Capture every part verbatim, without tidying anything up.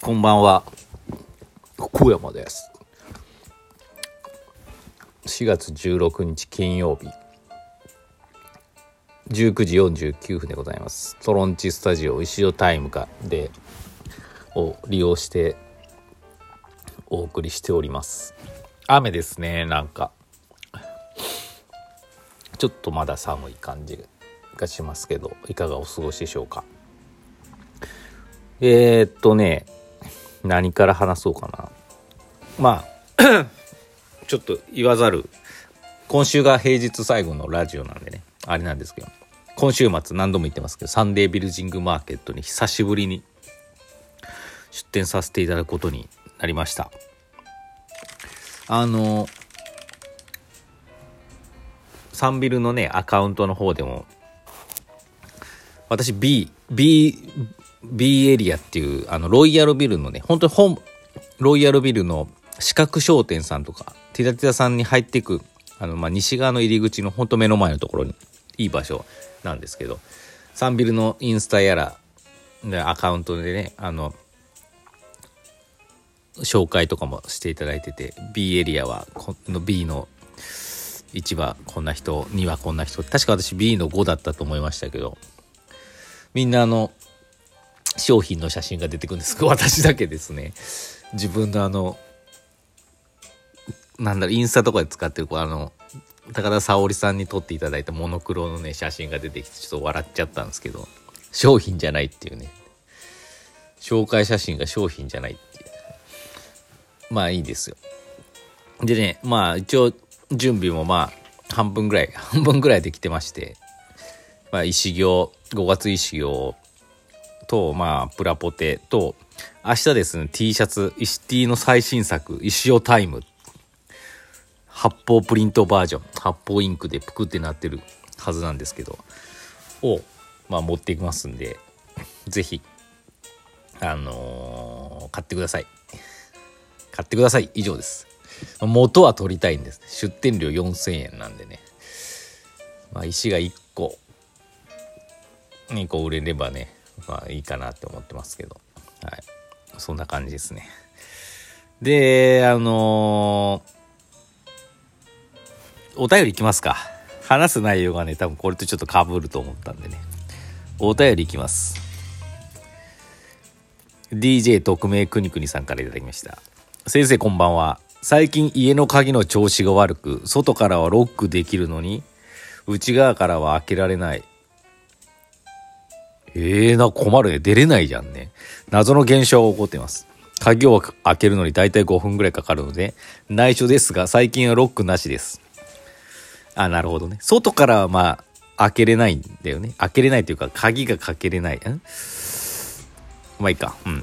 こんばんは、小山です。しがつじゅうろくにち金曜日じゅうくじよんじゅうきゅうふんでございます。トロンチスタジオ石尾タイムかでを利用してお送りしております。雨ですね。なんかちょっとまだ寒い感じがしますけど、いかがお過ごしでしょうか。えー、っとね何から話そうかな。まあちょっと言わざる今週が平日最後のラジオなんでねあれなんですけど、今週末何度も言ってますけど、サンデービルジングマーケットに久しぶりに出店させていただくことになりました。あのサンビルのねアカウントの方でも私 B B B エリアっていうあのロイヤルビルのね本当に本ロイヤルビルの四角商店さんとかティラティラさんに入っていくあの、まあ、西側の入り口の本当目の前のところにいい場所なんですけど、サンビルのインスタやらでアカウントでねあの紹介とかもしていただいてて、 B エリアはこの B のいちはこんな人、にはこんな人、確か私 ビー のごだったと思いましたけど、みんなあの商品の写真が出てくるんですけど、私だけですね自分のあのなんだろインスタとかで使ってるあの高田沙織さんに撮っていただいたモノクロのね写真が出てきてちょっと笑っちゃったんですけど、商品じゃないっていうね、紹介写真が商品じゃないっていう、まあいいですよ。でねまあ一応準備もまあ半分ぐらい半分ぐらいできてまして、まあ石行ごがつ石行とまあプラポテと明日ですね T シャツ石 T の最新作石尾タイム発泡プリントバージョン、発泡インクでプクってなってるはずなんですけどをまあ持っていきますんで、ぜひあのー、買ってください買ってください以上です。元は取りたいんです。出店料よんせんえんなんでね、まあ、石がいっこにこ売れればねまあいいかなって思ってますけど、はい、そんな感じですね。であのー、お便りいきますか。話す内容がね多分これとちょっと被ると思ったんでね、お便りいきます。 ディージェー 特命くにくにさんからいただきました。先生こんばんは。最近家の鍵の調子が悪く、外からはロックできるのに内側からは開けられない。えーな困るね、出れないじゃんね。謎の現象が起こっています。鍵を開けるのにだいたいごふんぐらいかかるので内緒ですが、最近はロックなしです。あ、なるほどね。外からはまあ開けれないんだよね。開けれないというか鍵がかけれない。んまあいいか。うん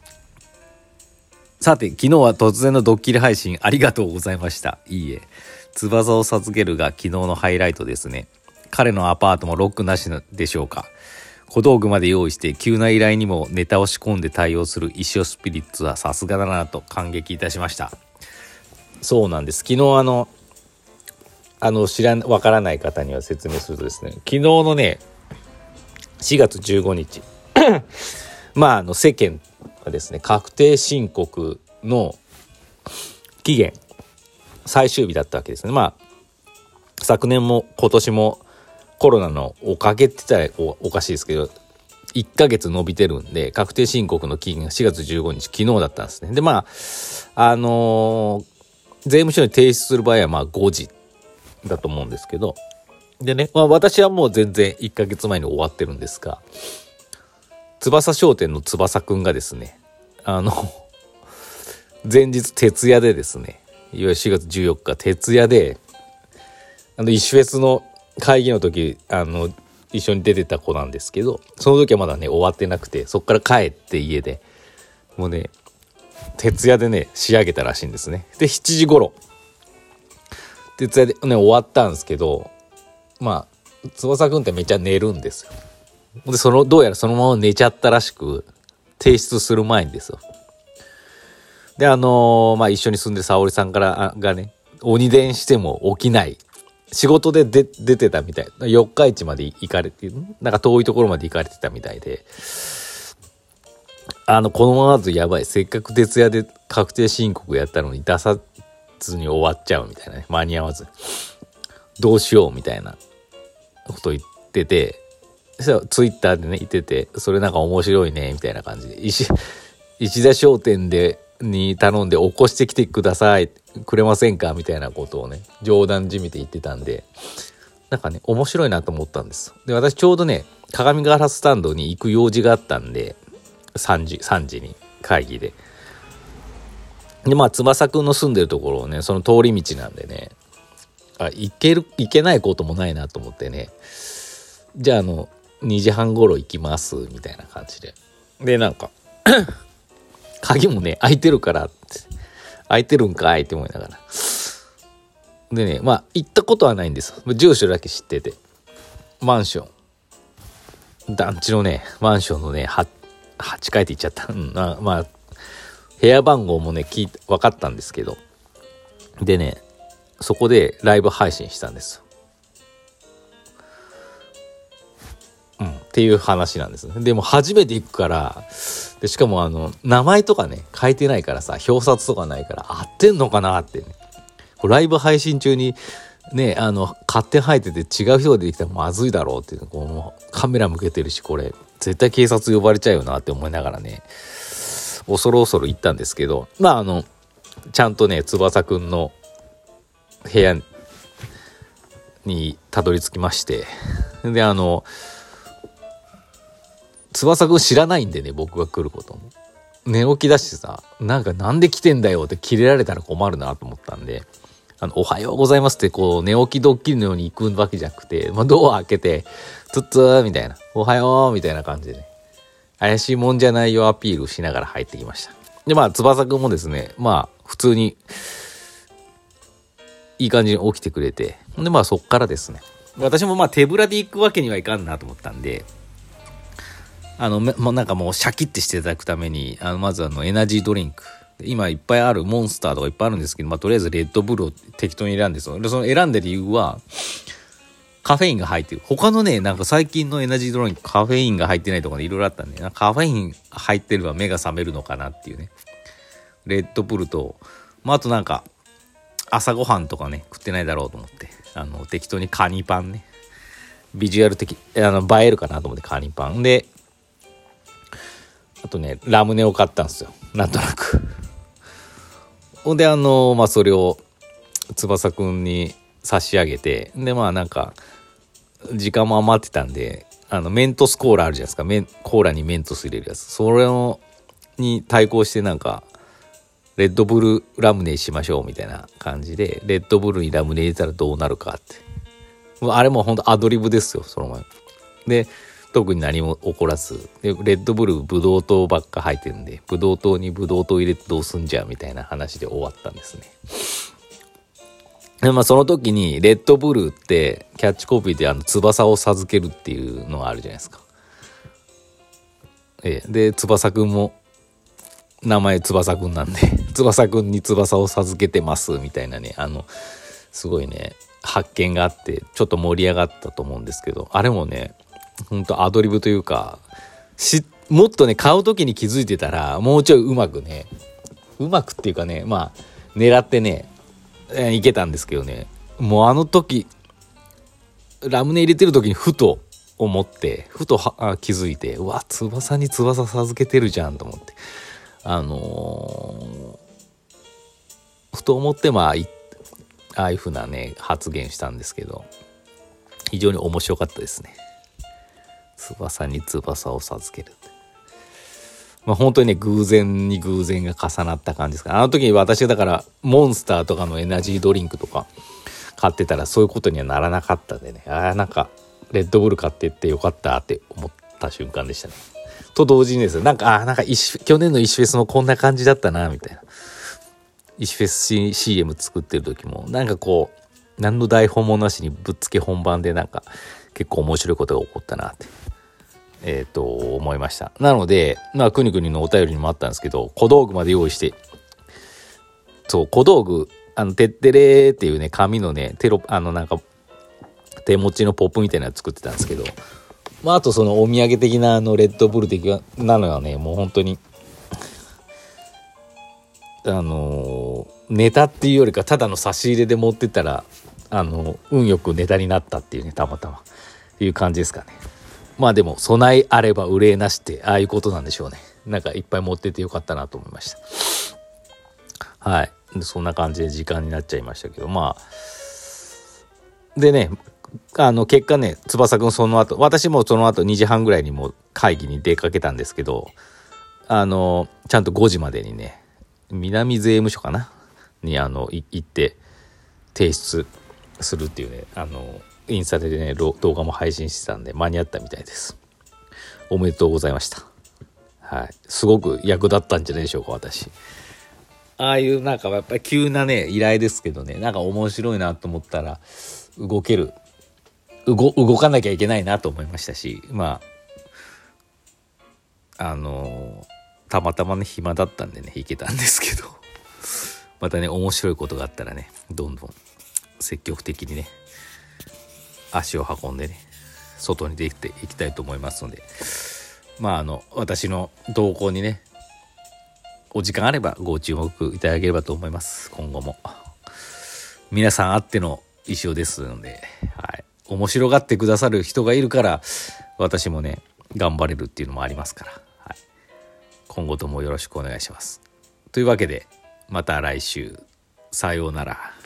さて、昨日は突然のドッキリ配信ありがとうございました。いいえ。翼を授けるが昨日のハイライトですね。彼のアパートもロックなしでしょうか。小道具まで用意して急な依頼にもネタを仕込んで対応する石尾スピリッツはさすがだなと感激いたしました。そうなんです。昨日あのあの知らんわからない方には説明するとですね、昨日のねしがつじゅうごにちまああの世間はですね確定申告の期限最終日だったわけですね。まあ昨年も今年もコロナのおかげって言ったら お, おかしいですけどいっかげつ伸びてるんで、確定申告の期限がしがつじゅうごにち昨日だったんですね。でまああのー、税務署に提出する場合はまあごじだと思うんですけど、でね、まあ、私はもう全然いっかげつまえに終わってるんですが、翼商店の翼くんがですねあの前日徹夜でですね、いわゆるしがつじゅうよっか徹夜であの石フェスの会議の時あの一緒に出てた子なんですけど、その時はまだね終わってなくて、そっから帰って家でもうね徹夜でね仕上げたらしいんですね。でしちじ頃徹夜でね終わったんですけど、まあ翼くんってめっちゃ寝るんですよ。でそのどうやらそのまま寝ちゃったらしく、提出する前にですよ。であのー、まあ一緒に住んでる沙織さんからがね鬼電しても起きない、仕事で出てたみたい、四日市まで行かれてなんか遠いところまで行かれてたみたいで、 あのこのままだとやばい、せっかく徹夜で確定申告やったのに出さずに終わっちゃうみたいなね、間に合わずどうしようみたいなこと言ってて、そしたらツイッターでね言ってて、それなんか面白いねみたいな感じで、石石田商店でに頼んで起こしてきてくださいくれませんかみたいなことをね冗談じみて言ってたんで、なんかね面白いなと思ったんです。で私ちょうどね鏡ヶ原スタンドに行く用事があったんで、さんじさんじに会議ででまあ翼くんの住んでるところをねその通り道なんでね、あ行ける行けないこともないなと思ってね、じゃああのにじはん頃行きますみたいな感じで、でなんか鍵もね開いてるからって開いてるんかいって思いながらでね、まあ行ったことはないんですよ、住所だけ知ってて、マンション団地のねマンションのねははちかいって言っちゃった、うん、まあ、まあ、部屋番号もね聞いて分かったんですけど、でねそこでライブ配信したんですよ、うん、っていう話なんですね。でも初めて行くからで、しかもあの名前とかね書いてないからさ、表札とかないから合ってんのかなってね、ライブ配信中にねあの勝手に入ってて違う人が出てきたらまずいだろうっていう、こうもうカメラ向けてるしこれ絶対警察呼ばれちゃうよなって思いながらね恐る恐る行ったんですけど、まああのちゃんとね翼くんの部屋にたどり着きまして、であの翼くん知らないんでね、僕が来ることも寝起きだしさ、なんかなんで来てんだよってキレられたら困るなと思ったんで、あのおはようございますってこう寝起きドッキリのように行くわけじゃなくて、まあ、ドア開けてツッツーみたいな、おはようみたいな感じで、ね、怪しいもんじゃないよアピールしながら入ってきました。でまあ翼くんもですね、まあ普通にいい感じに起きてくれて、でまあそっからですね、私もまあ手ぶらで行くわけにはいかんなと思ったんで、あのもうなんかもうシャキッてしていただくために、あのまずあのエナジードリンク、今いっぱいあるモンスターとかいっぱいあるんですけど、まあとりあえずレッドブルを適当に選んで、そのその選んだ理由はカフェインが入ってる。他のねなんか最近のエナジードリンクカフェインが入ってないとかねいろいろあったんで、カフェイン入ってれば目が覚めるのかなっていうね、レッドブルと、まあ、あとなんか朝ごはんとかね食ってないだろうと思って、あの適当にカニパンね、ビジュアル的あの映えるかなと思ってカニパンで、あとねラムネを買ったんですよ、なんとなく。ほんであのまあそれを翼くんに差し上げて、でまあなんか時間も余ってたんで、あのメントスコーラあるじゃないですか、メンコーラにメントス入れるやつ、それをに対抗してなんかレッドブルラムネしましょうみたいな感じで、レッドブルにラムネ入れたらどうなるかって、あれもほんとアドリブですよその前で、特に何も起こらずで、レッドブルブドウ糖ばっか入ってるんで、ブドウ糖にブドウ糖入れてどうすんじゃみたいな話で終わったんですね。でまあその時にレッドブルってキャッチコピーであの翼を授けるっていうのがあるじゃないですか。えで翼くんも名前翼くんなんで翼くんに翼を授けてますみたいなね、あのすごいね発見があってちょっと盛り上がったと思うんですけど、あれもねほんとアドリブというか、しもっとね買う時に気づいてたらもうちょいうまくねうまくっていうかね、まあ狙ってねいけたんですけどね、もうあの時ラムネ入れてる時にふと思ってふとは気づいて、うわ翼に翼授けてるじゃんと思って、あのー、ふと思ってまあああいうふうなね発言したんですけど、非常に面白かったですね。翼に翼を授けるって、まあ本当にね偶然に偶然が重なった感じですか。あの時に私だからモンスターとかのエナジードリンクとか買ってたらそういうことにはならなかったんでね、ああなんかレッドブル買ってってよかったって思った瞬間でしたね。と同時にですね、なんかあなんか去年のイシフェスもこんな感じだったなみたいな、イシフェス シーエム 作ってる時もなんかこう何の台本もなしにぶっつけ本番でなんか結構面白いことが起こったなってえっと思いました。なのでまあくにくにのお便りにもあったんですけど、小道具まで用意して、そう小道具あのてってれーっていうね紙のねテロあのなんか手持ちのポップみたいなの作ってたんですけど、まああとそのお土産的なあのレッドブル的なのはねもう本当にあのネタっていうよりかただの差し入れで持ってったらあの運よくネタになったっていうね、たまたまいう感じですかね。まあでも備えあれば憂いなしってああいうことなんでしょうね。なんかいっぱい持っててよかったなと思いました。はい、そんな感じで時間になっちゃいましたけど、まあでね、あの結果ね、翼くんその後、私もその後にじはんぐらいにもう会議に出かけたんですけど、あのちゃんとごじまでにね、南税務署かなにあの行って提出するっていうね、あのインスタでね動画も配信してたんで間に合ったみたいです。おめでとうございました。はい、すごく役立ったんじゃないでしょうか。私ああいうなんかやっぱり急なね依頼ですけどね、なんか面白いなと思ったら動ける、動, 動かなきゃいけないなと思いましたし、まああのたまたまね暇だったんでね行けたんですけどまたね面白いことがあったらねどんどん積極的にね足を運んでね外に出ていきたいと思いますので、まああの私の動向にねお時間あればご注目いただければと思います。今後も皆さんあっての一緒ですので、はい、面白がってくださる人がいるから私もね頑張れるっていうのもありますから、はい、今後ともよろしくお願いします。というわけでまた来週、さようなら。